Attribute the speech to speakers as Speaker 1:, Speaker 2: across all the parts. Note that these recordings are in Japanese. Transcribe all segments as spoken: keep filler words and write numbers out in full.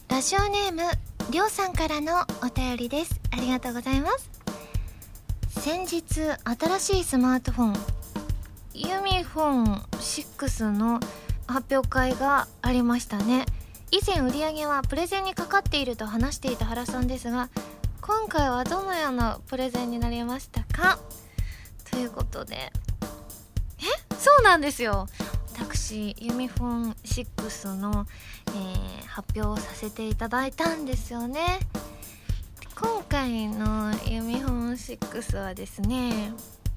Speaker 1: ラジオネームりょうさんからのお便りです。ありがとうございます。先日新しいスマートフォンユミフォンシックスの発表会がありましたね。以前売り上げはプレゼンにかかっていると話していた原さんですが、今回はどのようなプレゼンになりましたか、ということで、えそうなんですよ。私ユミフォンシックスの、えー、発表をさせていただいたんですよね。今回のユミフォンシックスはですね、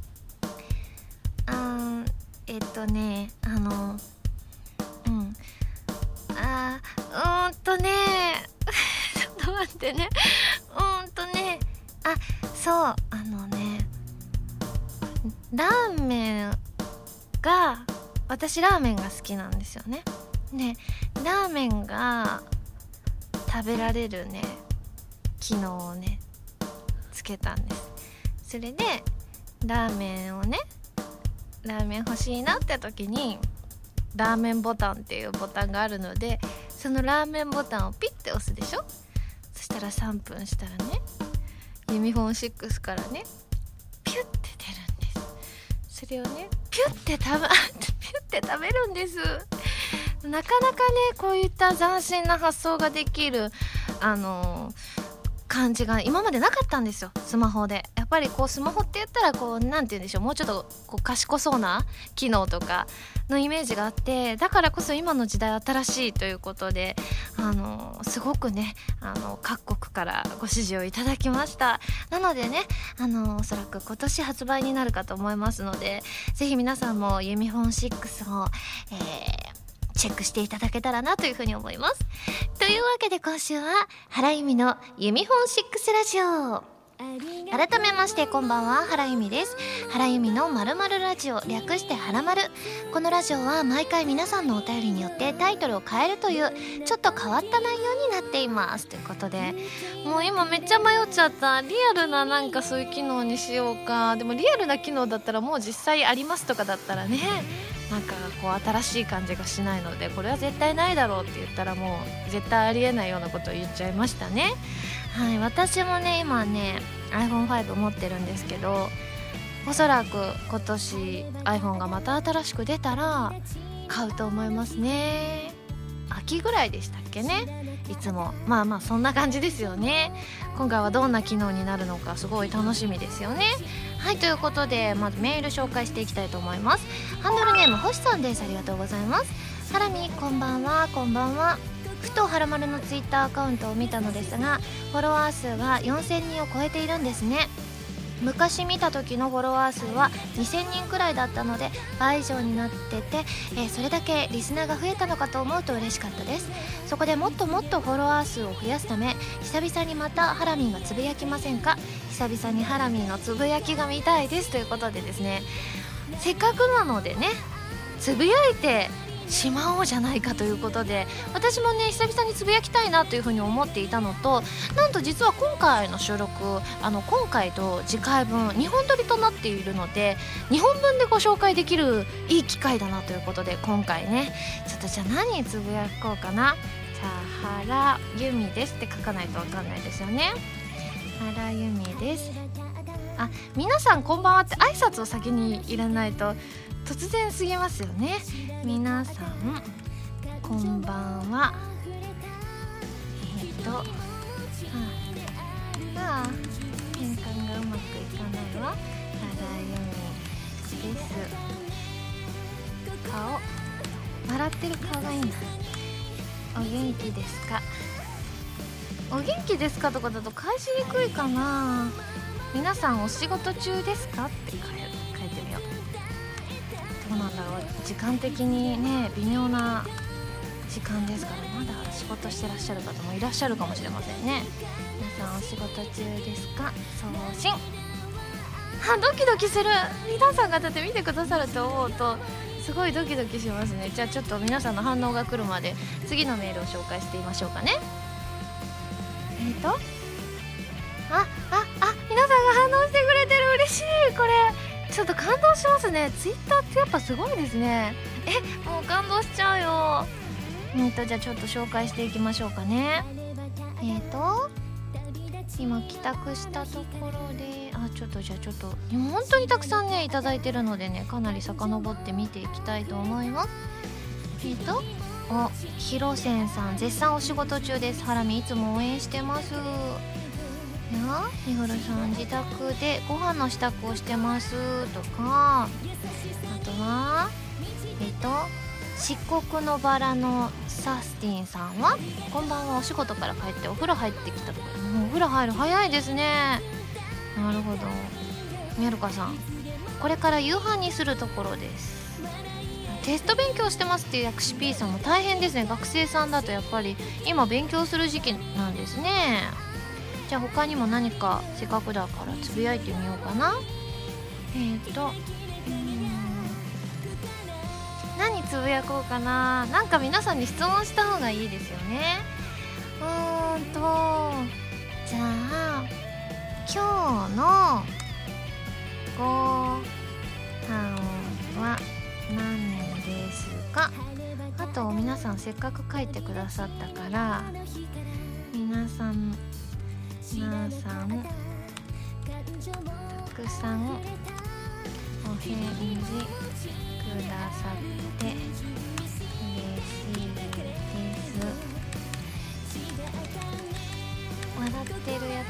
Speaker 1: あえっとねあのうんあうーんとねちょっと待ってねうーんとねあそうあのねラーメンが私ラーメンが好きなんですよね。でラーメンが食べられるね機能をねつけたんです。それでラーメンをねラーメン欲しいなって時にラーメンボタンっていうボタンがあるので、そのラーメンボタンをピッて押すでしょ。そしたらさんぷんしたらねユミフォンシックスからねピュッて出るんです。それをねピュッて食べピュッて食べるんです。なかなかねこういった斬新な発想ができるあのー感じが今までなかったんですよ、スマホで。やっぱりこうスマホって言ったらこうなんて言うんでしょう、もうちょっとこう賢そうな機能とかのイメージがあって、だからこそ今の時代新しいということであのすごくねあの各国からご支持をいただきました。なのでねあのおそらく今年発売になるかと思いますので、ぜひ皆さんもユミフォンシックスを、えーチェックしていただけたらなというふうに思います。というわけで今週は原由美のユミフォンシックスラジオ。改めましてこんばんは、原由美です。原由美の〇〇ラジオ、略してはらまる。このラジオは毎回皆さんのお便りによってタイトルを変えるというちょっと変わった内容になっていますということで、もう今めっちゃ迷っちゃった。リアルななんかそういう機能にしようか。でもリアルな機能だったらもう実際ありますとかだったらねなんかこう新しい感じがしないので、これは絶対ないだろうって言ったらもう絶対ありえないようなことを言っちゃいましたね。はい、私もね今ね アイフォンファイブ 持ってるんですけど、おそらく今年 iPhone がまた新しく出たら買うと思いますね。秋ぐらいでしたっけね、いつも。まあまあそんな感じですよね。今回はどんな機能になるのかすごい楽しみですよね。はい、ということでまずメール紹介していきたいと思います。ハンドルネーム星さんです。ありがとうございます。ハラミこんばんは。こんばんは。ふとはらまるのツイッターアカウントを見たのですが、フォロワー数がよんせんにんを超えているんですね。昔見た時のフォロワー数はにせんにんくらいだったので倍以上になってて、えー、それだけリスナーが増えたのかと思うと嬉しかったです。そこでもっともっとフォロワー数を増やすため、久々にまたハラミンがつぶやきませんか。久々にハラミンのつぶやきが見たいですということでですね、せっかくなのでねつぶやいてしまおうじゃないかということで、私もね久々につぶやきたいなというふうに思っていたのと、なんと実は今回の収録あの今回と次回分にほん撮りとなっているので、にほんぶんでご紹介できるいい機会だなということで、今回ねちょっとじゃあ何つぶやこうかな。じゃあ原由美ですって書かないと分かんないですよね。原由美です。あ、皆さんこんばんはって挨拶を先に入れないと突然すぎますよね。皆さんこんばんは。えっとああ変換がうまくいかないわ。原由美です。顔笑ってる顔がいいな。お元気ですか。お元気ですかとかだと返しにくいかな。皆さんお仕事中ですかって書いてみよう。どうなんだろう、時間的にね微妙な時間ですから、まだ仕事してらっしゃる方もいらっしゃるかもしれませんね。皆さんお仕事中ですか。送信。あ、ドキドキする。皆さんがだって見てくださると思うとすごいドキドキしますね。じゃあちょっと皆さんの反応が来るまで次のメールを紹介してみましょうかね。えっとあああ皆さんが反応してくれてる。嬉しい。これちょっと感動しますね。ツイッターってやっぱすごいですね。え、もう感動しちゃうよ。 うんとじゃあちょっと紹介していきましょうかね。えーと今帰宅したところで、あちょっとじゃあちょっと本当にたくさんねいただいてるのでね、かなり遡って見ていきたいと思います。えーとおひろせんさん、絶賛お仕事中です。ハラミいつも応援してます。やみぐるさん、自宅でご飯の支度をしてますとか、あとはえっと漆黒のバラのサスティンさんは、こんばんは、お仕事から帰ってお風呂入ってきたところ、もうお風呂入る早いですね。なるほど。みやるかさん、これから夕飯にするところです。テスト勉強してますっていう薬師 P さんも大変ですね。学生さんだとやっぱり今勉強する時期なんですね。じゃあ他にも何かせっかくだからつぶやいてみようかな。えーと何つぶやこうかな。なんか皆さんに質問した方がいいですよね。うーんとじゃあ今日のご飯は何ですか。あと皆さんせっかく書いてくださったから皆さん皆さんたくさんお返事くださって嬉しいです。笑ってるやつがいいな。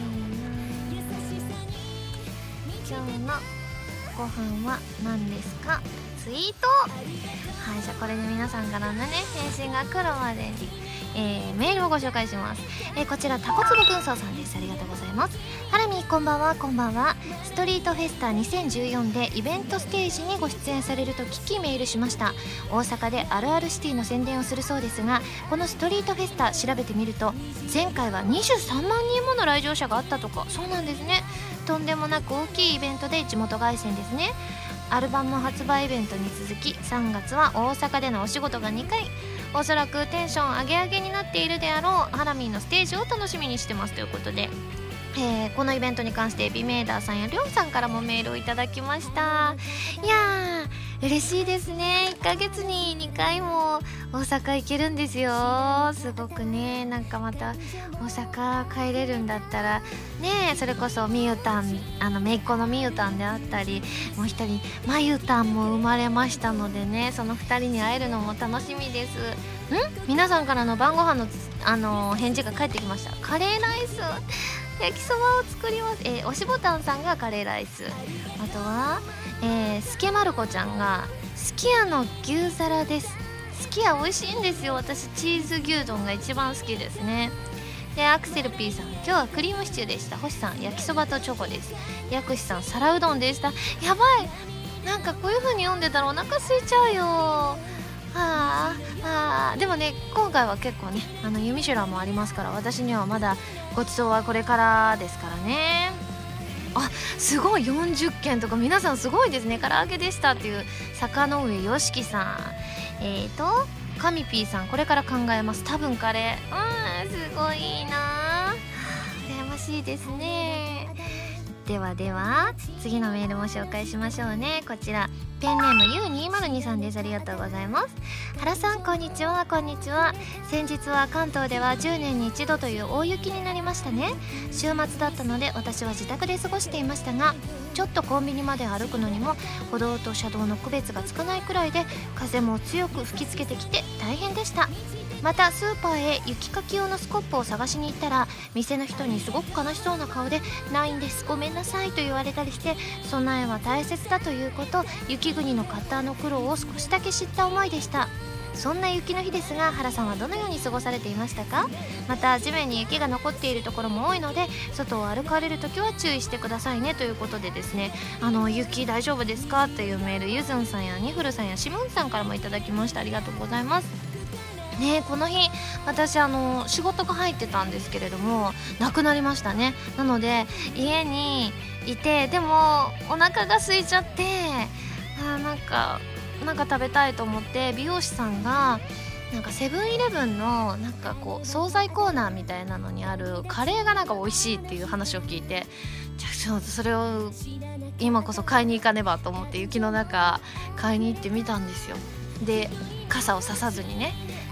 Speaker 1: 今日のご飯は何ですか。ツイート。はい、じゃあこれで皆さんからのね返信が来るまでに、えー、メールをご紹介します。えー、こちらタコツボ軍曹さんです。ありがとうございます。ハラミこんばんは。こんばんは。ストリートフェスタにせんじゅうよんでイベントステージにご出演されると聞きメールしました。大阪であるあるシティの宣伝をするそうですが、このストリートフェスタ調べてみると前回はにじゅうさんまんにんもの来場者があったとか。そうなんですね。とんでもなく大きいイベントで地元凱旋ですね。アルバム発売イベントに続きさんがつは大阪でのお仕事がにかい、おそらくテンション上げ上げになっているであろうハラミーのステージを楽しみにしてますということで、えー、このイベントに関してビメーダーさんやりょうさんからもメールをいただきました。いやー嬉しいですね。いっかげつににかいも大阪行けるんですよ。すごくね、なんかまた大阪帰れるんだったらね、それこそみゆたん、あのめいっ子のみゆたんであったり、もう一人まゆたんも生まれましたのでね、そのふたりに会えるのも楽しみです。ん皆さんからの晩ご飯の、あのー、返事が返ってきました。カレーライス焼きそばを作ります。えー、おしぼたんさんがカレーライス、あとは、えー、すけまる子ちゃんがすき家の牛皿です。すき家美味しいんですよ。私チーズ牛丼が一番好きですね。でアクセル P さん、今日はクリームシチューでした。星さん、焼きそばとチョコです。薬師さん、皿うどんでした。やばい、なんかこういう風に読んでたらお腹空いちゃうよ。はあ、あでもね、今回は結構ね、あのユミシュランもありますから、私にはまだごちそうはこれからですからね。あ、すごいよんじゅっけんとか、皆さんすごいですね。唐揚げでしたっていう坂の上よしきさん、えーとカミピーさん、これから考えます。多分カレー。うん、すごいいいな、羨ましいですね。ではでは次のメールも紹介しましょうね。こちらペンネーム ユーにーまるに さんです。ありがとうございます。原さんこんにちは。こんにちは。先日は関東ではじゅうねんに一度という大雪になりましたね。週末だったので私は自宅で過ごしていましたが、ちょっとコンビニまで歩くのにも歩道と車道の区別がつかないくらいで、風も強く吹きつけてきて大変でした。またスーパーへ雪かき用のスコップを探しに行ったら、店の人にすごく悲しそうな顔でないんです、ごめんなさいと言われたりして、備えは大切だということ、雪国のカッターの苦労を少しだけ知った思いでした。そんな雪の日ですが、原さんはどのように過ごされていましたか。また地面に雪が残っているところも多いので、外を歩かれるときは注意してくださいねということでですね、あの雪大丈夫ですかというメール、ゆずんさんやニフルさんやシムンさんからもいただきました。ありがとうございますね。この日私あの仕事が入ってたんですけれども、なくなりましたね。なので家にいて、でもお腹が空いちゃって、あなんかなんか食べたいと思って、美容師さんがなんかセブンイレブンのなんかこう惣菜コーナーみたいなのにあるカレーがなんか美味しいっていう話を聞いて、じゃあちょっとそれを今こそ買いに行かねばと思って雪の中買いに行ってみたんですよ。で傘をささずにね、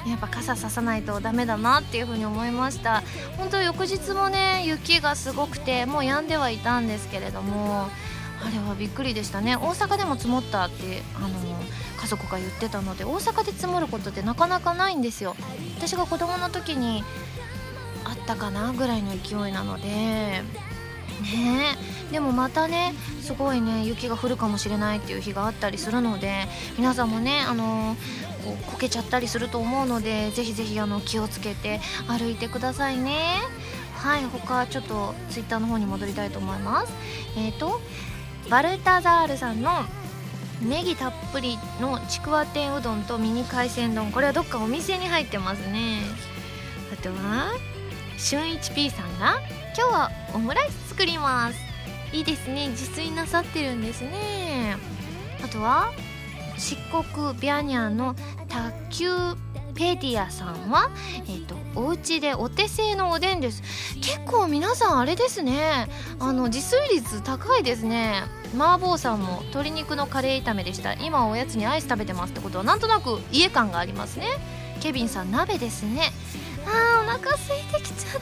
Speaker 1: やっぱ傘ささないとダメだなっていう風に思いました。本当翌日もね雪がすごくてもう止んではいたんですけれども、あれはびっくりでしたね。大阪でも積もったってあの家族が言ってたので、大阪で積もることってなかなかないんですよ。私が子供の時にあったかなぐらいの勢いなのでね。でもまたねすごいね雪が降るかもしれないっていう日があったりするので、皆さんもねあのこうこけちゃったりすると思うので、ぜひぜひあの気をつけて歩いてくださいね。はい、他ちょっとツイッターの方に戻りたいと思います。えっとバルタザールさんのネギたっぷりのちくわ天うどんとミニ海鮮丼、これはどっかお店に入ってますね。あとはしゅんいちピーさんが今日はオムライス作ります。いいですね、自炊なさってるんですね。あとは漆黒ビャニャンの卓球ペディアさんは、えーと、お家でお手製のおでんです。結構皆さんあれですね、あの自炊率高いですね。麻婆さんも鶏肉のカレー炒めでした。今おやつにアイス食べてますってことはなんとなく家感がありますね。ケビンさん鍋ですね。あーお腹空いてきちゃった。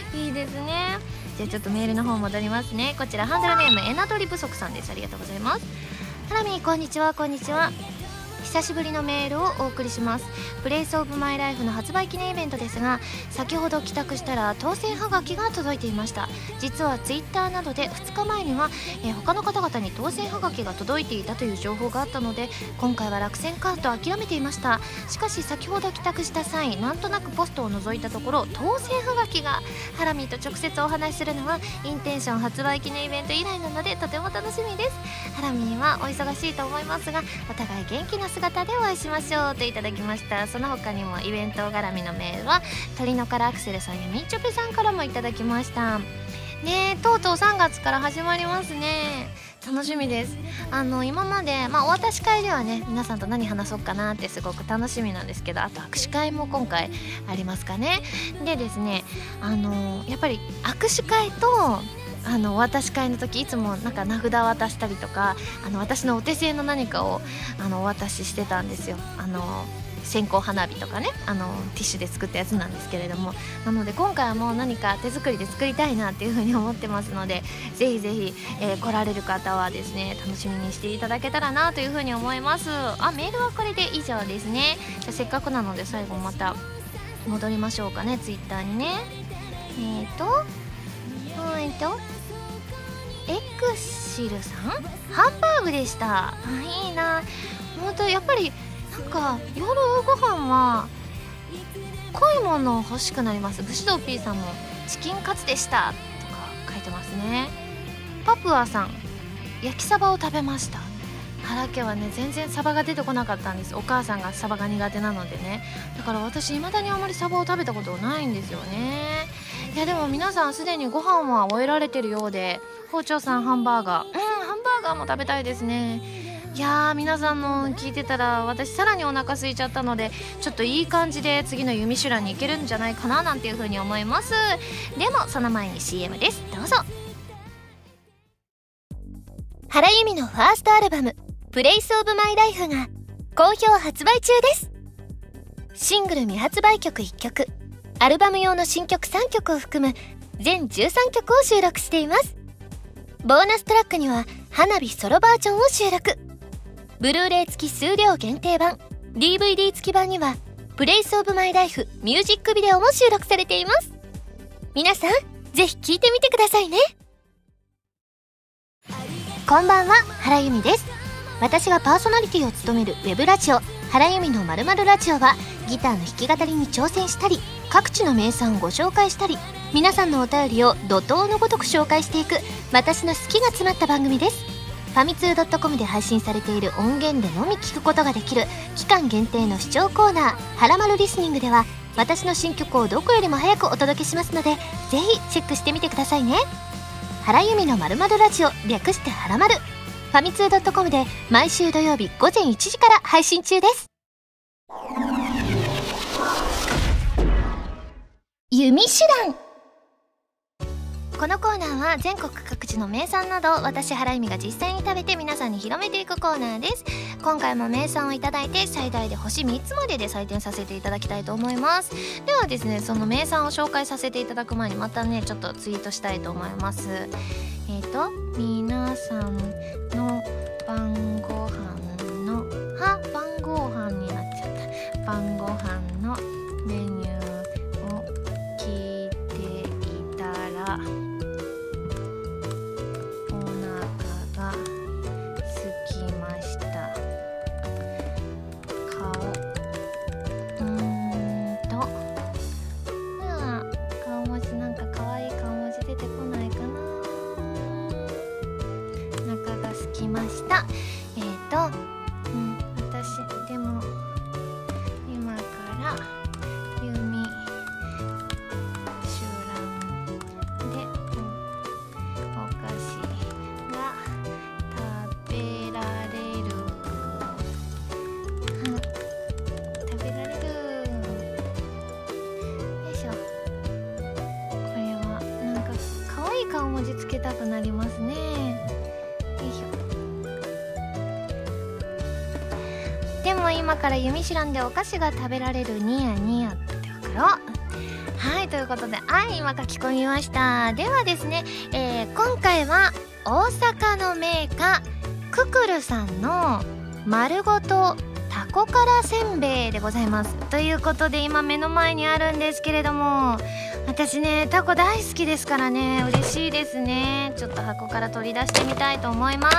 Speaker 1: いいですね。じゃあちょっとメールの方戻りますね。こちらハンドルネームエナドリ不足さんです。ありがとうございます。ハラミこんにちは。こんにちは。久しぶりのメールをお送りします。プレイスオブマイライフの発売記念イベントですが、先ほど帰宅したら当選はがきが届いていました。実はツイッターなどでふつかまえには、えー、他の方々に当選はがきが届いていたという情報があったので、今回は落選かと諦めていました。しかし先ほど帰宅した際、なんとなくポストを覗いたところ当選はがきが。ハラミーと直接お話しするのはインテンション発売記念イベント以来なのでとても楽しみです。ハラミーはお忙しいと思いますが、お互い元気な姿でお会いしましょうといただきました。その他にもイベント絡みのメールは鳥のからアクセルさんやみっちょぺさんからもいただきましたね。とうとうさんがつから始まりますね。楽しみです。あの今まで、まあ、お渡し会ではね皆さんと何話そうかなってすごく楽しみなんですけど、あと握手会も今回ありますかね。でですね、あのやっぱり握手会とあのお渡し会の時いつもなんか名札渡したりとか、あの私のお手製の何かをあのお渡ししてたんですよ。あの線香花火とかね、あのティッシュで作ったやつなんですけれども、なので今回はもう何か手作りで作りたいなっていう風に思ってますので、ぜひぜひ、えー、来られる方はですね楽しみにしていただけたらなという風に思います。あ、メールはこれで以上ですね。じゃあせっかくなので最後また戻りましょうかね、ツイッターにね。えーとえーとエクシルさん、ハンバーグでした。あ、いいな。本当やっぱりなんか夜ご飯は濃いもの欲しくなります。武士道 P さんもチキンカツでしたとか書いてますね。パプアさん、焼きサバを食べました。原家はね全然サバが出てこなかったんです。お母さんがサバが苦手なのでね。だから私未だにあまりサバを食べたことないんですよね。いやでも皆さんすでにご飯は終えられてるようで、包丁さんハンバーガー、うんハンバーガーも食べたいですね。いやー皆さんの聞いてたら私さらにお腹空いちゃったので、ちょっといい感じで次のユミシュランに行けるんじゃないかななんていう風に思います。でもその前に シーエム です。どうぞ。
Speaker 2: 原由美のファーストアルバムプレイスオブマイライフが好評発売中です。シングル未発売曲いっきょく、アルバム用の新曲さんきょくを含む全じゅうさんきょくを収録しています。ボーナストラックには花火ソロバージョンを収録。ブルーレイ付き数量限定版、 ディーブイディー 付き版にはプレイスオブマイライフミュージックビデオも収録されています。皆さんぜひ聴いてみてくださいね。こんばんは、原由美です。私がパーソナリティを務めるウェブラジオ原由美の〇〇ラジオは、ギターの弾き語りに挑戦したり、各地の名産をご紹介したり、皆さんのお便りを怒涛のごとく紹介していく私の好きが詰まった番組です。ファミツー .com で配信されている音源でのみ聞くことができる期間限定の視聴コーナー、はらまるリスニングでは私の新曲をどこよりも早くお届けしますので、ぜひチェックしてみてくださいね。原由美の〇〇ラジオ、略してはらまる。ファミツー .com で毎週土曜日ごぜんいちじから配信中です。ユミシュラン。 このコーナーは全国各地の名産など私原由美が実際に食べて皆さんに広めていくコーナーです。今回も名産をいただいて最大で星みっつまでで採点させていただきたいと思います。ではですね、その名産を紹介させていただく前にまたねちょっとツイートしたいと思います。えっと皆さんの晩ご飯のは晩ご飯になっちゃった晩ご飯のメニューを聞いていたらお腹が空きました。顔うーんとあ顔文字なんかかわいい顔文字出てこないかな。お腹が空きました。えーと、うん、私でも今から弓集団で、うん、お菓子が食べられる、うん、食べられる。よいしょ。これはなんか可愛い顔文字つけたくなりますね。でも今から弓知らんでお菓子が食べられるニヤニヤってわかろう。はい、ということではい今書き込みました。ではですね、えー、今回は大阪のメーカーククルさんの丸ごとタコからせんべいでございます。ということで今目の前にあるんですけれども、私ねタコ大好きですからね嬉しいですね。ちょっと箱から取り出してみたいと思います。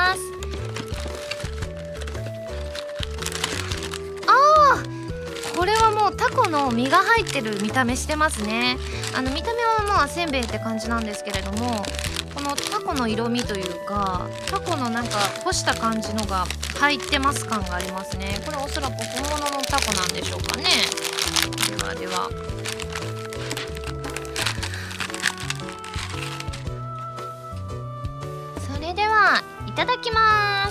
Speaker 2: これはもうタコの身が入ってる見た目してますね。あの見た目はまあせんべいって感じなんですけれども、このタコの色味というかタコのなんか干した感じのが入ってます感がありますね。これおそらく本物のタコなんでしょうかね。ではではそれではいただきます。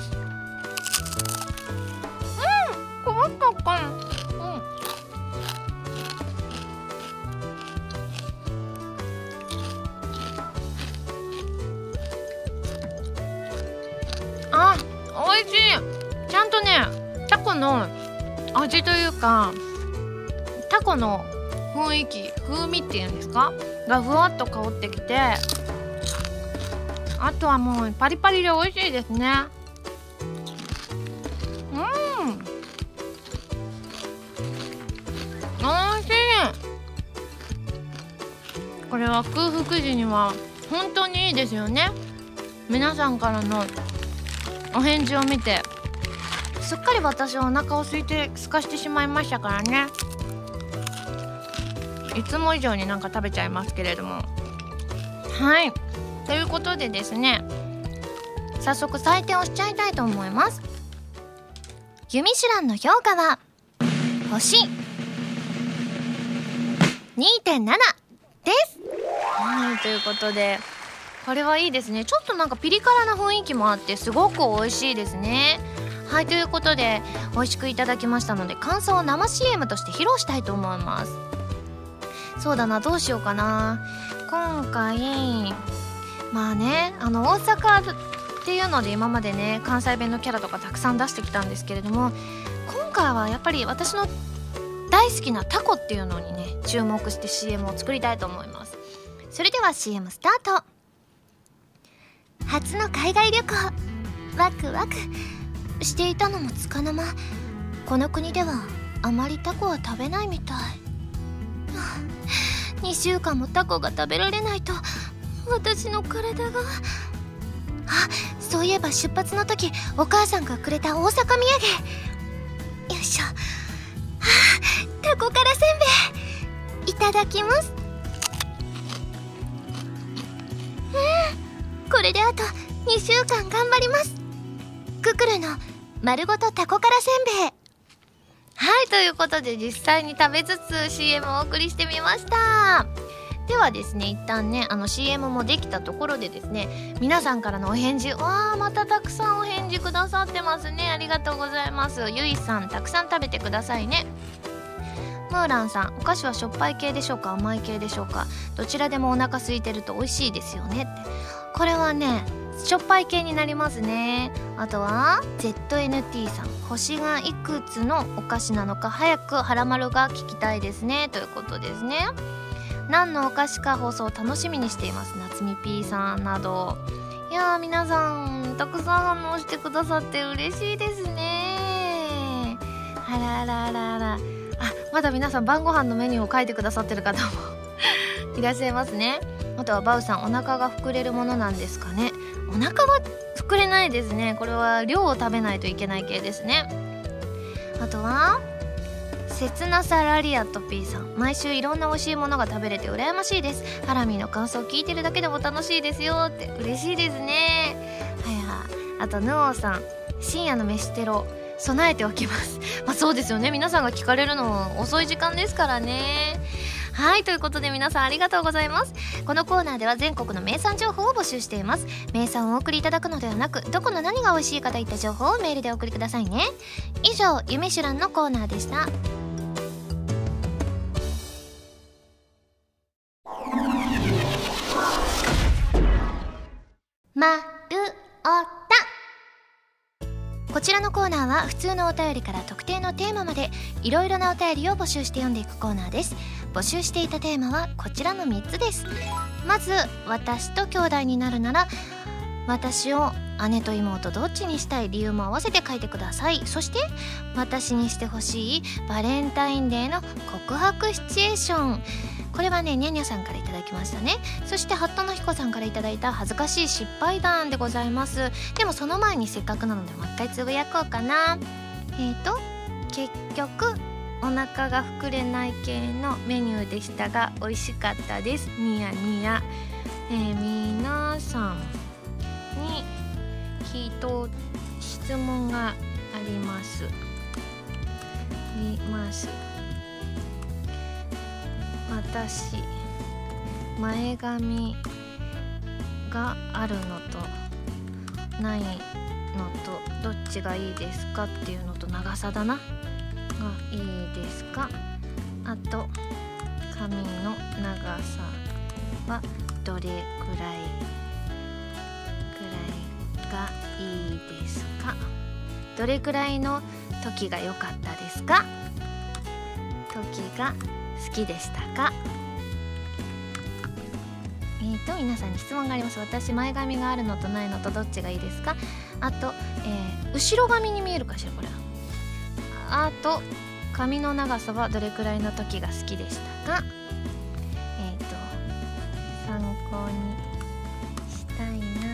Speaker 2: うんこわっかっかんおいしい。ちゃんとねタコの味というかタコの雰囲気風味っていうんですかがふわっと香ってきて、あとはもうパリパリで美味しいですね。うん美味しい。これは空腹時には本当にいいですよね。皆さんからのお返事を見てすっかり私はお腹を空いて空かしてしまいましたからね。いつも以上になんか食べちゃいますけれども、はいということでですね早速採点をしちゃいたいと思います。弓シュランの評価は星 にてんなな です。はいということでこれはいいですね。ちょっとなんかピリ辛な雰囲気もあってすごく美味しいですね。はいということで美味しくいただきましたので感想を生 シーエム として披露したいと思います。そうだなどうしようかな。今回まあねあの大阪っていうので今までね関西弁のキャラとかたくさん出してきたんですけれども、今回はやっぱり私の大好きなタコっていうのにね注目して シーエム を作りたいと思います。それでは シーエム スタート。初の海外旅行ワクワクしていたのもつかの間、この国ではあまりタコは食べないみたい。にしゅうかんもタコが食べられないと私の体が。あ、そういえば出発の時お母さんがくれた大阪土産。よいしょ。はあ、タコからせんべいいただきます。うんこれであとにしゅうかん頑張ります。ククルの丸ごとタコからせんべい。はいということで実際に食べつつ シーエム をお送りしてみました。ではですね一旦ねあの シーエム もできたところでですね皆さんからのお返事、わーまたたくさんお返事くださってますね。ありがとうございます。ゆいさんたくさん食べてくださいね。
Speaker 1: ムーランさん、お菓子はしょっぱい系でしょうか、甘い系でしょうか、どちらでもお腹空いてると美味しいですよねって。これはねしょっぱい系になりますね。あとは ゼットエヌティー さん、星がいくつのお菓子なのか早くはらまるが聞きたいですねということですね。何のお菓子か放送を楽しみにしています、夏み P さんなど。いやー、皆さんたくさん反応してくださって嬉しいですね。あらららら、あ、まだ皆さん晩ご飯のメニューを書いてくださってる方もいらっしゃいますね。あとはバウさん、お腹が膨れるものなんですかね。お腹は膨れないですね。これは量を食べないといけない系ですね。あとは切なさラリアット P さん、毎週いろんな美味しいものが食べれて羨ましいです。ハラミーの感想を聞いてるだけでも楽しいですよって。嬉しいですね。はいはい。あとヌオさん、深夜の飯テロ備えておきますまあそうですよね、皆さんが聞かれるの遅い時間ですからね。はい、ということで皆さんありがとうございます。このコーナーでは全国の名産情報を募集しています。名産をお送りいただくのではなく、どこの何が美味しいかといった情報をメールでお送りくださいね。以上、夢シュランのコーナーでした。まるおた。こちらのコーナーは普通のお便りから特定のテーマまでいろいろなお便りを募集して読んでいくコーナーです。募集していたテーマはこちらのみっつです。まず、私と兄弟になるなら私を姉と妹どっちにしたい理由も合わせて書いてください。そして私にしてほしいバレンタインデーの告白シチュエーション、これはねにゃにゃさんからいただきましたね。そしてハットのひこさんからいただいた恥ずかしい失敗談でございます。でもその前にせっかくなのでもう一回つぶやこうかな。えーと結局お腹が膨れない系のメニューでしたが美味しかったです。ニヤニヤ。えー、皆さんに一質問がありますあります私、前髪があるのとないのとどっちがいいですかっていうのと、長さだながいいですか、あと髪の長さはどれくらいくらいがいいですか、どれくらいの時が良かったですか、時が好きでしたか。えーと皆さんに質問があります。私、前髪があるのとないのとどっちがいいですか、あと、えー、後ろ髪に見えるかしらこれ、あと髪の長さはどれくらいの時が好きでしたか。えーと参考にしたいな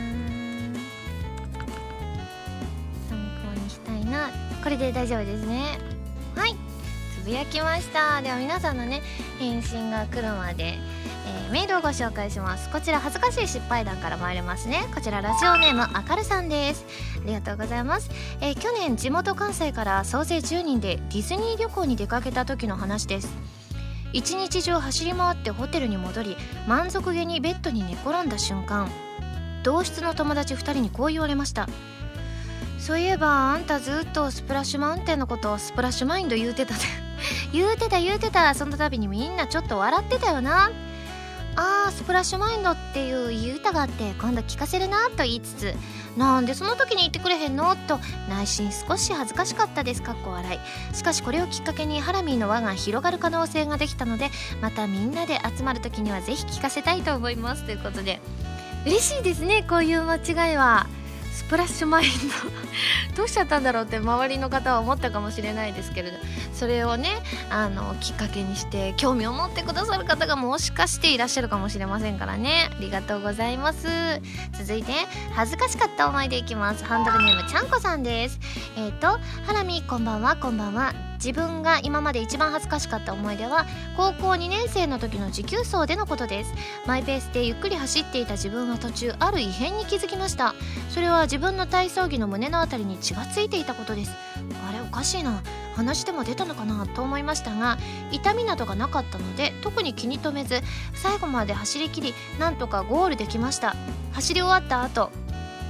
Speaker 1: 参考にしたいなこれで大丈夫ですね。はい、つぶやきました。では皆さんのね返信が来るまで、えー、メールをご紹介します。こちら恥ずかしい失敗談から参りますね。こちらラジオネームあかるさんです。ありがとうございます。えー、去年地元関西から総勢じゅうにんでディズニー旅行に出かけた時の話です。一日中走り回ってホテルに戻り、満足げにベッドに寝転んだ瞬間、同室の友達ふたりにこう言われました。そういえばあんたずっとスプラッシュマウンテンのことをスプラッシュマインド言うてたで言うてた言うてたその度にみんなちょっと笑ってたよな。あースプラッシュマインドっていういい歌があって今度聞かせるなと言いつつ、なんでその時に言ってくれへんのと内心少し恥ずかしかったです。かっこ笑い。しかしこれをきっかけにハラミーの輪が広がる可能性ができたので、またみんなで集まる時にはぜひ聞かせたいと思いますということで、嬉しいですね。こういう間違いはスプラッシュマインドどうしちゃったんだろうって周りの方は思ったかもしれないですけれど、それをねあのきっかけにして興味を持ってくださる方がもしかしていらっしゃるかもしれませんからね。ありがとうございます。続いて恥ずかしかった思い出いきます。ハンドルネームちゃんこさんです。えっ、ー、とハラミこんばんは。こんばんは。自分が今まで一番恥ずかしかった思い出は高校にねん生の時の持久走でのことです。マイペースでゆっくり走っていた自分は途中ある異変に気づきました。それは自分の体操着の胸のあたりに血がついていたことです。あれおかしいな、話でも出たのかなと思いましたが、痛みなどがなかったので特に気に留めず最後まで走り切りなんとかゴールできました。走り終わった後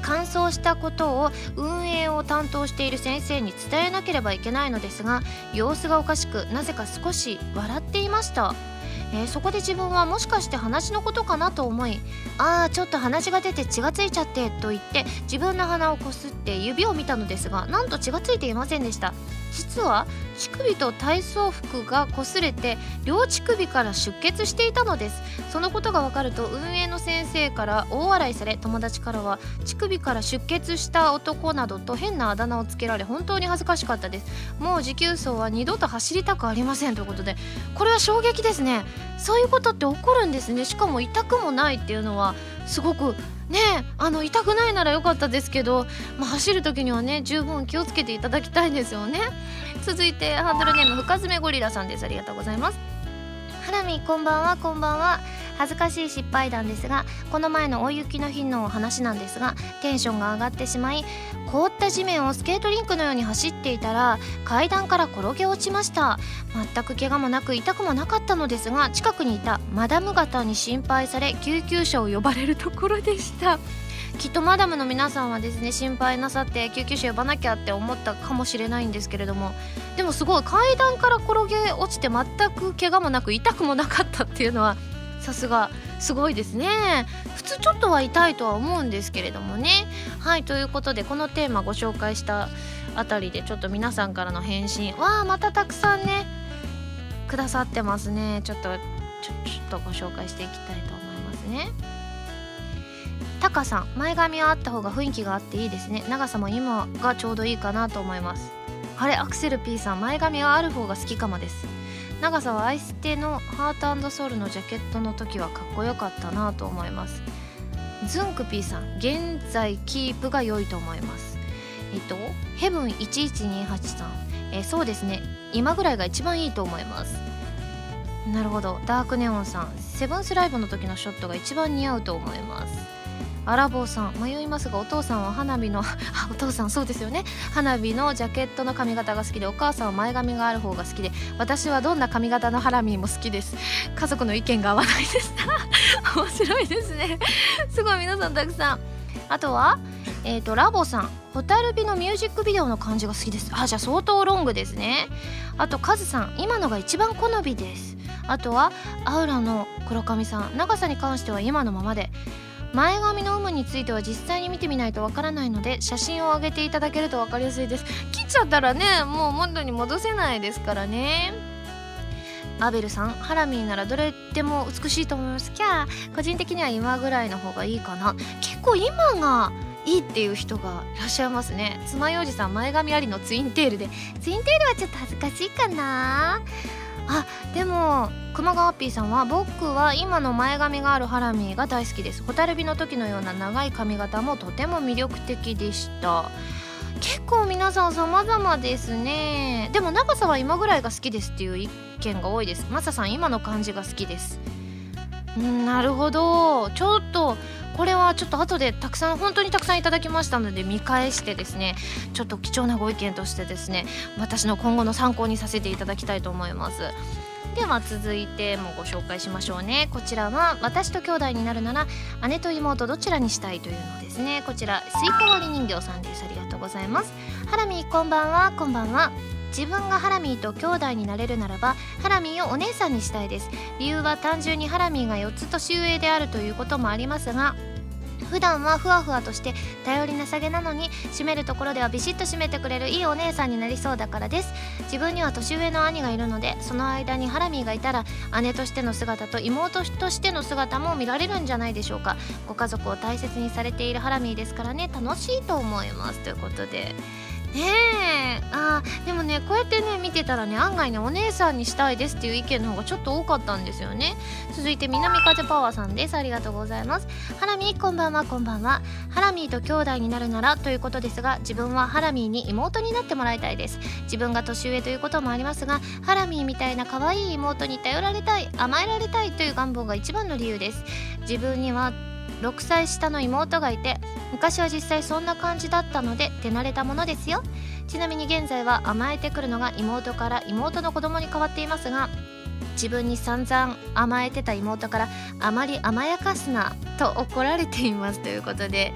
Speaker 1: 完走したことを運営を担当している先生に伝えなければいけないのですが、様子がおかしく、なぜか少し笑っていました。えー、そこで自分はもしかして鼻血のことかなと思い、あーちょっと鼻血が出て血がついちゃってと言って自分の鼻をこすって指を見たのですが、なんと血がついていませんでした。実は乳首と体操服が擦れて両乳首から出血していたのです。そのことが分かると運営の先生から大笑いされ、友達からは乳首から出血した男などと変なあだ名をつけられ、本当に恥ずかしかったです。もう持久走は二度と走りたくありませんということで、これは衝撃ですね。そういうことって起こるんですね。しかも痛くもないっていうのはすごくね、あの痛くないなら良かったですけど、まあ、走る時にはね十分気をつけていただきたいですよね。続いてハンドルネーム深爪ゴリラさんです。ありがとうございます。ハラミこんばんは。こんばんは。恥ずかしい失敗談ですが、この前の大雪の日の話なんですが、テンションが上がってしまい、凍った地面をスケートリンクのように走っていたら階段から転げ落ちました。全く怪我もなく痛くもなかったのですが、近くにいたマダム方に心配され救急車を呼ばれるところでした。きっとマダムの皆さんはですね、心配なさって救急車呼ばなきゃって思ったかもしれないんですけれども、でもすごい階段から転げ落ちて全く怪我もなく痛くもなかったっていうのはさすがすごいですね。普通ちょっとは痛いとは思うんですけれどもね。はい、ということでこのテーマご紹介したあたりでちょっと皆さんからの返信わあまたたくさんねくださってますね。ちょっとちょちょっとご紹介していきたいと思いますね。タカさん、前髪はあった方が雰囲気があっていいですね。長さも今がちょうどいいかなと思います。あれ、アクセル P さん、前髪はある方が好きかもです。長さはアイステのハート&ソウルのジャケットの時はかっこよかったなと思います。ズンク P さん、現在キープが良いと思います。えっとヘブンいちいちにはちさん、えー、そうですね、今ぐらいが一番いいと思います。なるほど。ダークネオンさん、セブンスライブの時のショットが一番似合うと思います。アラボーさん、迷いますがお父さんは花火のあお父さんそうですよね、花火のジャケットの髪型が好きで、お母さんは前髪がある方が好きで、私はどんな髪型のハラミーも好きです。家族の意見が合わないです面白いですねすごい皆さんたくさん。あとはえーとラボさん、ホタルビのミュージックビデオの感じが好きです。あ、じゃあ相当ロングですね。あとカズさん、今のが一番好みです。あとはアウラの黒髪さん、長さに関しては今のままで、前髪の有無については実際に見てみないとわからないので写真を上げていただけると分かりやすいです。切っちゃったらねもう元に戻せないですからね。アベルさん、ハラミーならどれでも美しいと思います。キャー、個人的には今ぐらいの方がいいかな。結構今がいいっていう人がいらっしゃいますね。爪楊枝さん、前髪ありのツインテールで、ツインテールはちょっと恥ずかしいかな。あ、でも熊川 P さんは、僕は今の前髪があるハラミーが大好きです。ホタルビの時のような長い髪型もとても魅力的でした。結構皆さん様々ですね。でも長さは今ぐらいが好きですっていう意見が多いです。マサさん、今の感じが好きです。うん、なるほど。ちょっとこれはちょっと後でたくさん本当にたくさんいただきましたので見返してですね、ちょっと貴重なご意見としてですね、私の今後の参考にさせていただきたいと思います。では続いてもご紹介しましょうね。こちらは、私と兄弟になるなら姉と妹どちらにしたいというのですね。こちらスイカ割り人形さんです。ありがとうございます。ハラミーこんばんは。こんばんは。自分がハラミーと兄弟になれるならばハラミーをお姉さんにしたいです。理由は単純にハラミーがよっつ年上であるということもありますが、普段はふわふわとして頼りなさげなのに締めるところではビシッと締めてくれるいいお姉さんになりそうだからです。自分には年上の兄がいるので、その間にハラミーがいたら姉としての姿と妹としての姿も見られるんじゃないでしょうか。ご家族を大切にされているハラミーですからね、楽しいと思いますということでねえ。あーでもね、こうやってね見てたらね、案外ねお姉さんにしたいですっていう意見の方がちょっと多かったんですよね。続いて南風パワーさんです。ありがとうございます。ハラミーこんばんは。こんばんは。ハラミーと兄弟になるならということですが、自分はハラミーに妹になってもらいたいです。自分が年上ということもありますが、ハラミーみたいな可愛い妹に頼られたい、甘えられたいという願望が一番の理由です。自分にはろくさい下の妹がいて、昔は実際そんな感じだったので手慣れたものですよ。ちなみに現在は甘えてくるのが妹から妹の子供に変わっていますが、自分に散々甘えてた妹からあまり甘やかすなと怒られていますということで、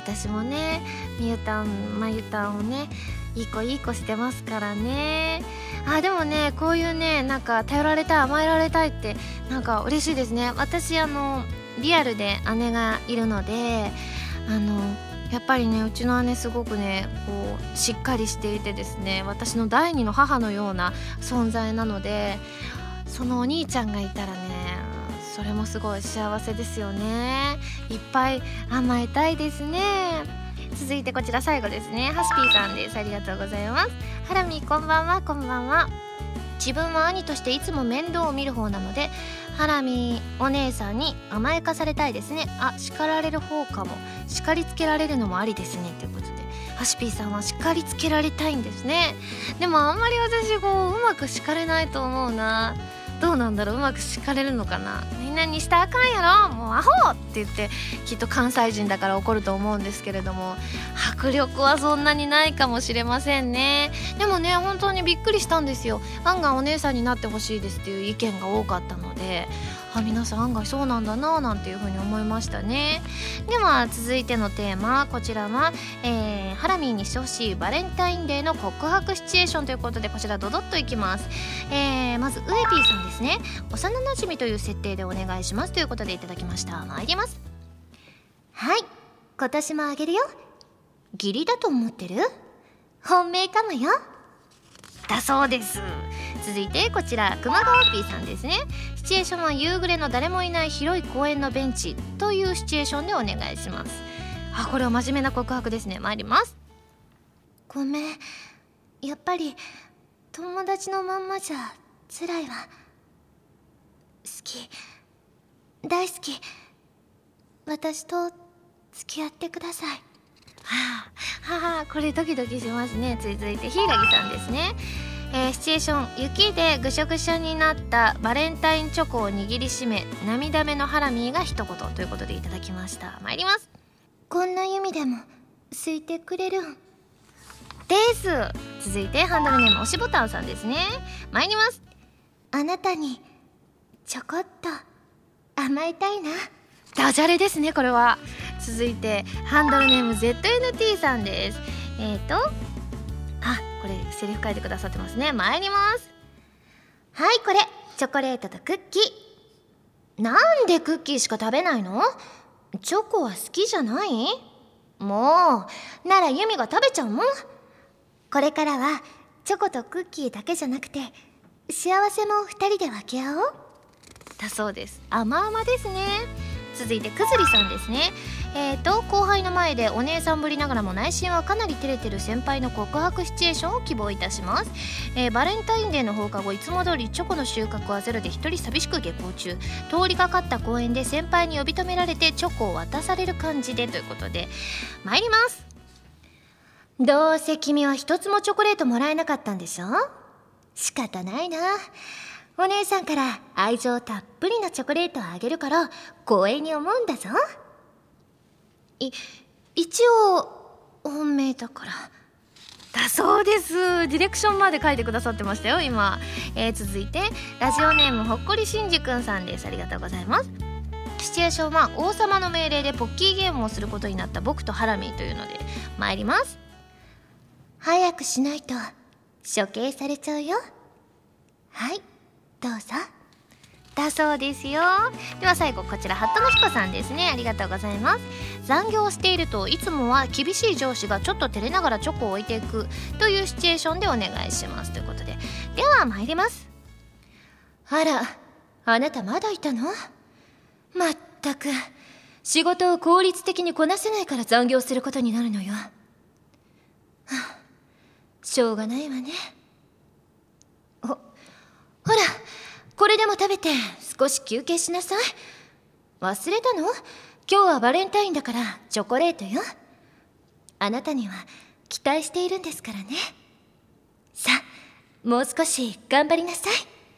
Speaker 1: 私もねみゆたんまゆたんをねいい子いい子してますからね。あでもねこういうねなんか頼られたい甘えられたいってなんか嬉しいですね。私あのリアルで姉がいるのであのやっぱりねうちの姉すごくねこうしっかりしていてですね、私の第二の母のような存在なので、そのお兄ちゃんがいたらねそれもすごい幸せですよね。いっぱい甘えたいですね。続いてこちら最後ですね、ハスピーさんです。ありがとうございます。ハラミこんばんは。こんばんは。自分は兄としていつも面倒を見る方なのでハラミお姉さんに甘やかされたいですね。あ、叱られる方かも。叱りつけられるのもありですねということで、ハシピーさんは叱りつけられたいんですね。でもあんまり私こううまく叱れないと思うな。どうなんだろう、うまく叱れるのかな。みんなにしたらあかんやろもうアホって言ってきっと関西人だから怒ると思うんですけれども、迫力はそんなにないかもしれませんね。でもね本当にびっくりしたんですよ。案外お姉さんになってほしいですっていう意見が多かったので、あ皆さん案外そうなんだななんていうふうに思いましたね。では続いてのテーマ、こちらは、えー、ハラミーにしてほしいバレンタインデーの告白シチュエーションということで、こちらドドッといきます。えー、まずウエピーさんですね。幼なじみという設定でお願いしますということでいただきました。参ります。はい、今年もあげるよ。義理だと思ってる？本命かもよ。だそうです。続いてこちら熊川 P さんですね。シチュエーションは夕暮れの誰もいない広い公園のベンチというシチュエーションでお願いします。あ、これは真面目な告白ですね。参ります。ごめん、やっぱり友達のまんまじゃ辛いわ。好き、大好き、私と付き合ってください。はあ、はあ、これドキドキしますね。続いてひいらぎさんですね。えー、シチュエーション、雪でぐしょぐしょになったバレンタインチョコを握りしめ涙目のハラミーが一言ということでいただきました。参ります。こんな弓でもすいてくれるんです。続いてハンドルネーム押しボタンさんですね。参ります。あなたにちょこっと甘えたいな。ダジャレですねこれは。続いてハンドルネーム ゼットエヌティー さんです。えーとあ、これセリフ書いてくださってますね。参ります。はい、これチョコレートとクッキー。なんでクッキーしか食べないの？チョコは好きじゃない？もうならユミが食べちゃうもん。これからはチョコとクッキーだけじゃなくて幸せも二人で分け合おう。だそうです。甘々ですね。続いてくずりさんですね。えーと後輩の前でお姉さんぶりながらも内心はかなり照れてる先輩の告白シチュエーションを希望いたします。えー、バレンタインデーの放課後、いつも通りチョコの収穫はゼロで一人寂しく下校中、通りかかった公園で先輩に呼び止められてチョコを渡される感じでということで参ります。どうせ君は一つもチョコレートもらえなかったんでしょ？仕方ないな。お姉さんから愛情たっぷりのチョコレートをあげるから光栄に思うんだぞ。い一応本命だからだそうです。ディレクションまで書いてくださってましたよ今。えー、続いてラジオネームほっこりしんじくんさんです。ありがとうございます。シチュエーションは王様の命令でポッキーゲームをすることになった僕とハラミーというので参ります。早くしないと処刑されちゃうよ。はい、どうぞ。だそうですよ。では最後こちらハットのひこさんですね。ありがとうございます。残業をしているといつもは厳しい上司がちょっと照れながらチョコを置いていくというシチュエーションでお願いしますということで、では参ります。あら、あなたまだいたの？まったく仕事を効率的にこなせないから残業することになるのよ。はあ、しょうがないわね。お、ほらこれでも食べて少し休憩しなさい。忘れたの？今日はバレンタインだからチョコレートよ。あなたには期待しているんですからね。さあもう少し頑張りなさい。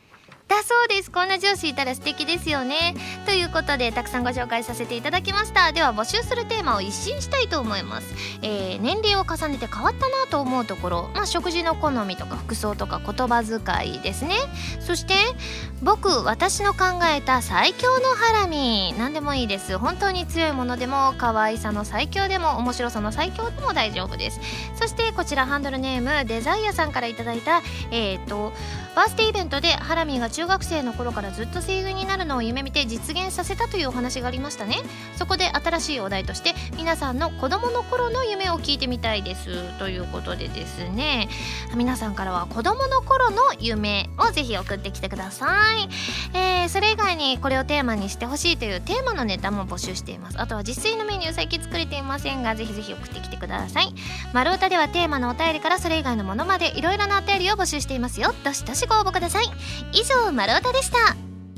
Speaker 1: だそうです。こんな上司いたら素敵ですよね。ということでたくさんご紹介させていただきました。では募集するテーマを一新したいと思います。えー、年齢を重ねて変わったなと思うところ、まあ、食事の好みとか服装とか言葉遣いですね。そして僕私の考えた最強のハラミ、何でもいいです。本当に強いものでも可愛さの最強でも面白さの最強でも大丈夫です。そしてこちらハンドルネームデザイアさんからいただいたえーとバースデーイベントでハラミーが中学生の頃からずっと声優になるのを夢見て実現させたというお話がありましたね。そこで新しいお題として皆さんの子供の頃の夢を聞いてみたいですということでですね、皆さんからは子供の頃の夢をぜひ送ってきてください。えー、それ以外にこれをテーマにしてほしいというテーマのネタも募集しています。あとは自炊のメニュー最近作れていませんが、ぜひぜひ送ってきてください。丸太ではテーマのお便りからそれ以外のものまでいろいろなお便りを募集していますよ。どしどしご応募ください。以上丸太でした。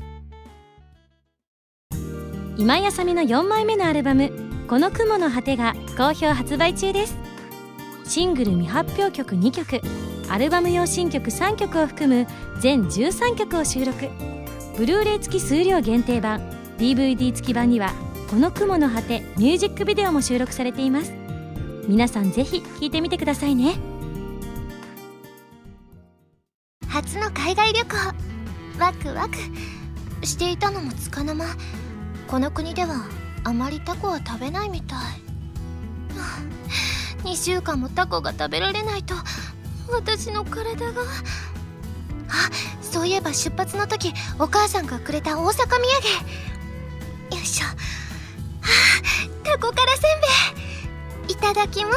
Speaker 3: 今井あさみのよんまいめのアルバム「この雲の果て」が好評発売中です。シングル未発表曲にきょく、アルバム用新曲さんきょくを含む全じゅうさんきょくを収録。ブルーレイ付き数量限定版、 ディーブイディー 付き版には「この雲の果て」ミュージックビデオも収録されています。皆さんぜひ聴いてみてくださいね。
Speaker 2: 初の海外旅行、ワクワクしていたのもつかの間、この国ではあまりタコは食べないみたい。にしゅうかんもタコが食べられないと私の体が。あ、そういえば出発の時お母さんがくれた大阪土産。よいしょ。はあ、タコからせんべいいただきます。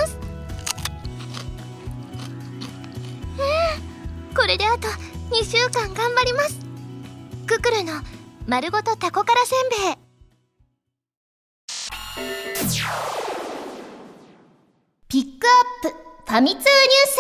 Speaker 2: うん、これであとにしゅうかん頑張ります。ククルの丸ごとタコからせんべい。ピックアップファミ通ニュー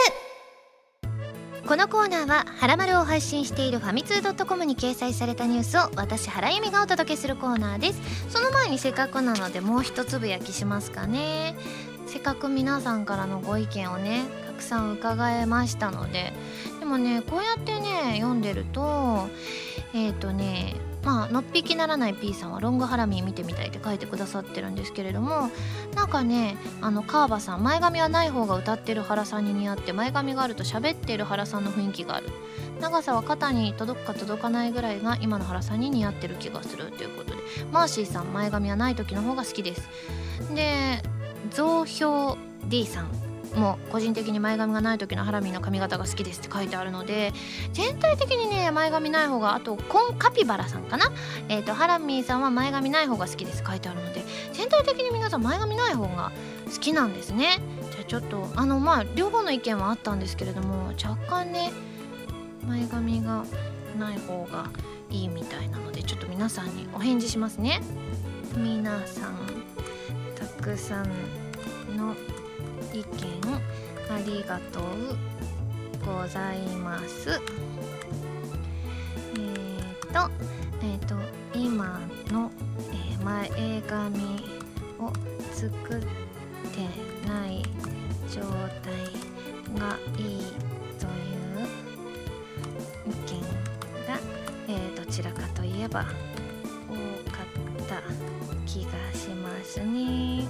Speaker 2: ス。このコーナーははらまるを配信しているファミツー .com に掲載されたニュースを私原由美がお届けするコーナーです。その前にせっかくなのでもう一つぶやきしますかね。せっかく皆さんからのご意見をねたくさん伺えましたので、でもねこうやってね読んでるとえっとねまあのっぴきならない P さんはロングハラミー見てみたいって書いてくださってるんですけれども、なんかねあのカーバさん、前髪はない方が歌ってる原さんに似合って、前髪があると喋ってる原さんの雰囲気がある、長さは肩に届くか届かないぐらいが今の原さんに似合ってる気がするということで、マーシーさん、前髪はない時の方が好きです。で増票 D さんもう個人的に前髪がない時のハラミーの髪型が好きですって書いてあるので、全体的にね前髪ない方が、あとコンカピバラさんかな、えーとハラミーさんは前髪ない方が好きです書いてあるので、全体的に皆さん前髪ない方が好きなんですね。じゃあちょっとあのまあ両方の意見はあったんですけれども、若干ね前髪がない方がいいみたいなので、ちょっと皆さんにお返事しますね。皆さんたくさんの意見ありがとうございます。えーとえーと今の、えー、前髪を作ってない状態がいいという意見が、えー、どちらかといえば多かった気がしますね。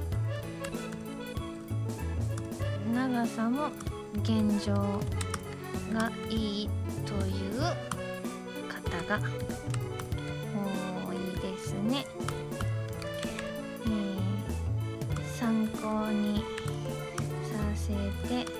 Speaker 2: 長さも現状がいいという方が多いですね。えー、参考にさせてい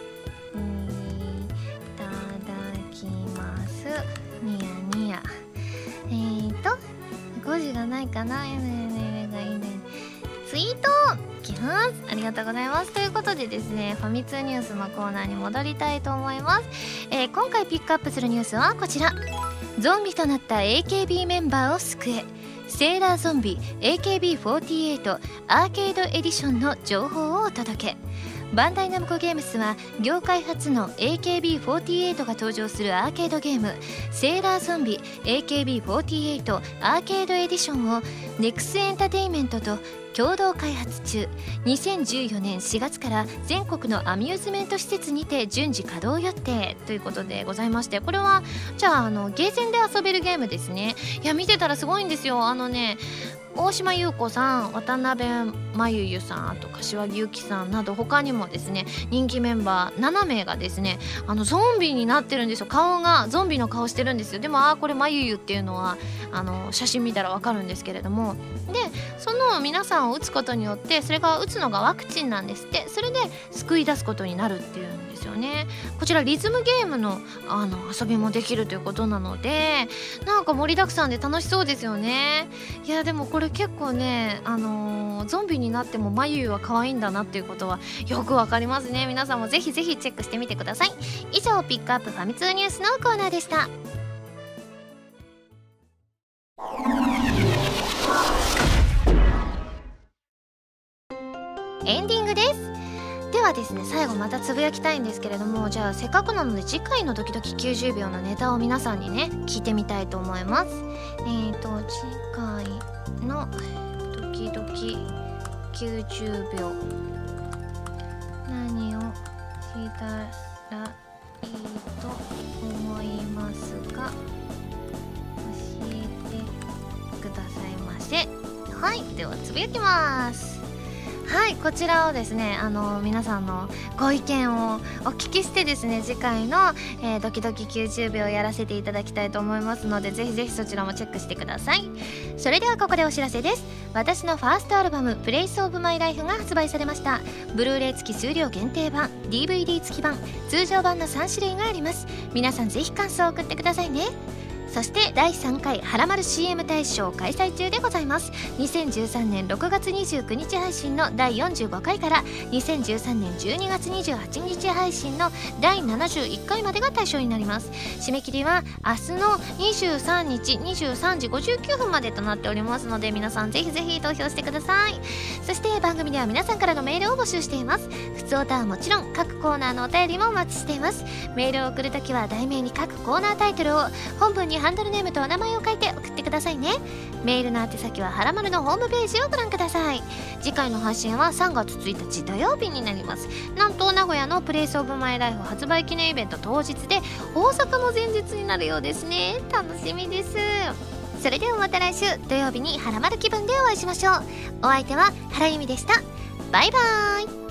Speaker 2: ただきます。ニヤニヤ。えーとごじがないかな。えねねねがいいね。ツイートきます。ありがとうございます。ということでですね、ファミ通ニュースのコーナーに戻りたいと思います。えー、今回ピックアップするニュースはこちら。ゾンビとなった エーケービー メンバーを救え、セーラーゾンビ エーケービーフォーティーエイト アーケードエディションの情報をお届け。 バンダイナムコゲームスは業界初の エーケービーフォーティーエイト が登場するアーケードゲームセーラーゾンビ エーケービーフォーティーエイト アーケードエディションをネクスエンタテインメントと共同開発中。にせんじゅうよねんしがつから全国のアミューズメント施設にて順次稼働予定ということでございまして、これはじゃああのゲーセンで遊べるゲームですね。いや見てたらすごいんですよ。あのね大島優子さん、渡辺真由ゆさん、あと柏木由紀さんなど他にもですね人気メンバーななめいがですねあのゾンビになってるんですよ。顔がゾンビの顔してるんですよ。でもあーこれ真由ゆっていうのはあの写真見たらわかるんですけれども、でその皆さんを打つことによってそれが打つのがワクチンなんですって。それで救い出すことになるっていうんですよね。こちらリズムゲームの、あの遊びもできるということなのでなんか盛りだくさんで楽しそうですよね。いやでもこれ結構ね、あのー、ゾンビになってもまゆゆは可愛いんだなっていうことはよくわかりますね。皆さんもぜひぜひチェックしてみてください。以上ピックアップファミ通ニュースのコーナーでした。エンディングです。ではですね最後またつぶやきたいんですけれども、じゃあせっかくなので次回のドキドキきゅうじゅうびょうのネタを皆さんにね聞いてみたいと思います。えーと次回のドキドキきゅうじゅうびょう何をしたらいいと思いますか、教えてくださいませ。はい、ではつぶやきます。はい、こちらをですねあの皆さんのご意見をお聞きしてですね次回の、えー、ドキドキきゅうじゅうびょうやらせていただきたいと思いますので、ぜひぜひそちらもチェックしてください。それではここでお知らせです。私のファーストアルバムプレイスオブマイライフが発売されました。ブルーレイ付き数量限定版、 ディーブイディー 付き版、通常版のさんしゅるいがあります。皆さんぜひ感想を送ってくださいね。そしてだいさんかいはらまる シーエム 大賞開催中でございます。にせんじゅうさんねんろくがつにじゅうくにち配信のだいよんじゅうごかいからにせんじゅうさんねんじゅうにがつにじゅうはちにち配信のだいななじゅういっかいまでが対象になります。締め切りは明日のにじゅうさんにちにじゅうさんじごじゅうきゅうふんまでとなっておりますので、皆さんぜひぜひ投票してください。そして番組では皆さんからのメールを募集しています。ふつおたはもちろん各コーナーのお便りもお待ちしています。メールを送るときは題名に各コーナータイトルを、本文にハンドルネームとお名前を書いて送ってくださいね。メールの宛先ははらまるのホームページをご覧ください。次回の配信はさんがつついたち土曜日になります。なんと名古屋のプレイスオブマイライフ発売記念イベント当日で大阪の前日になるようですね。楽しみです。それではまた来週土曜日にはらまる気分でお会いしましょう。お相手は原由美でした。バイバーイ。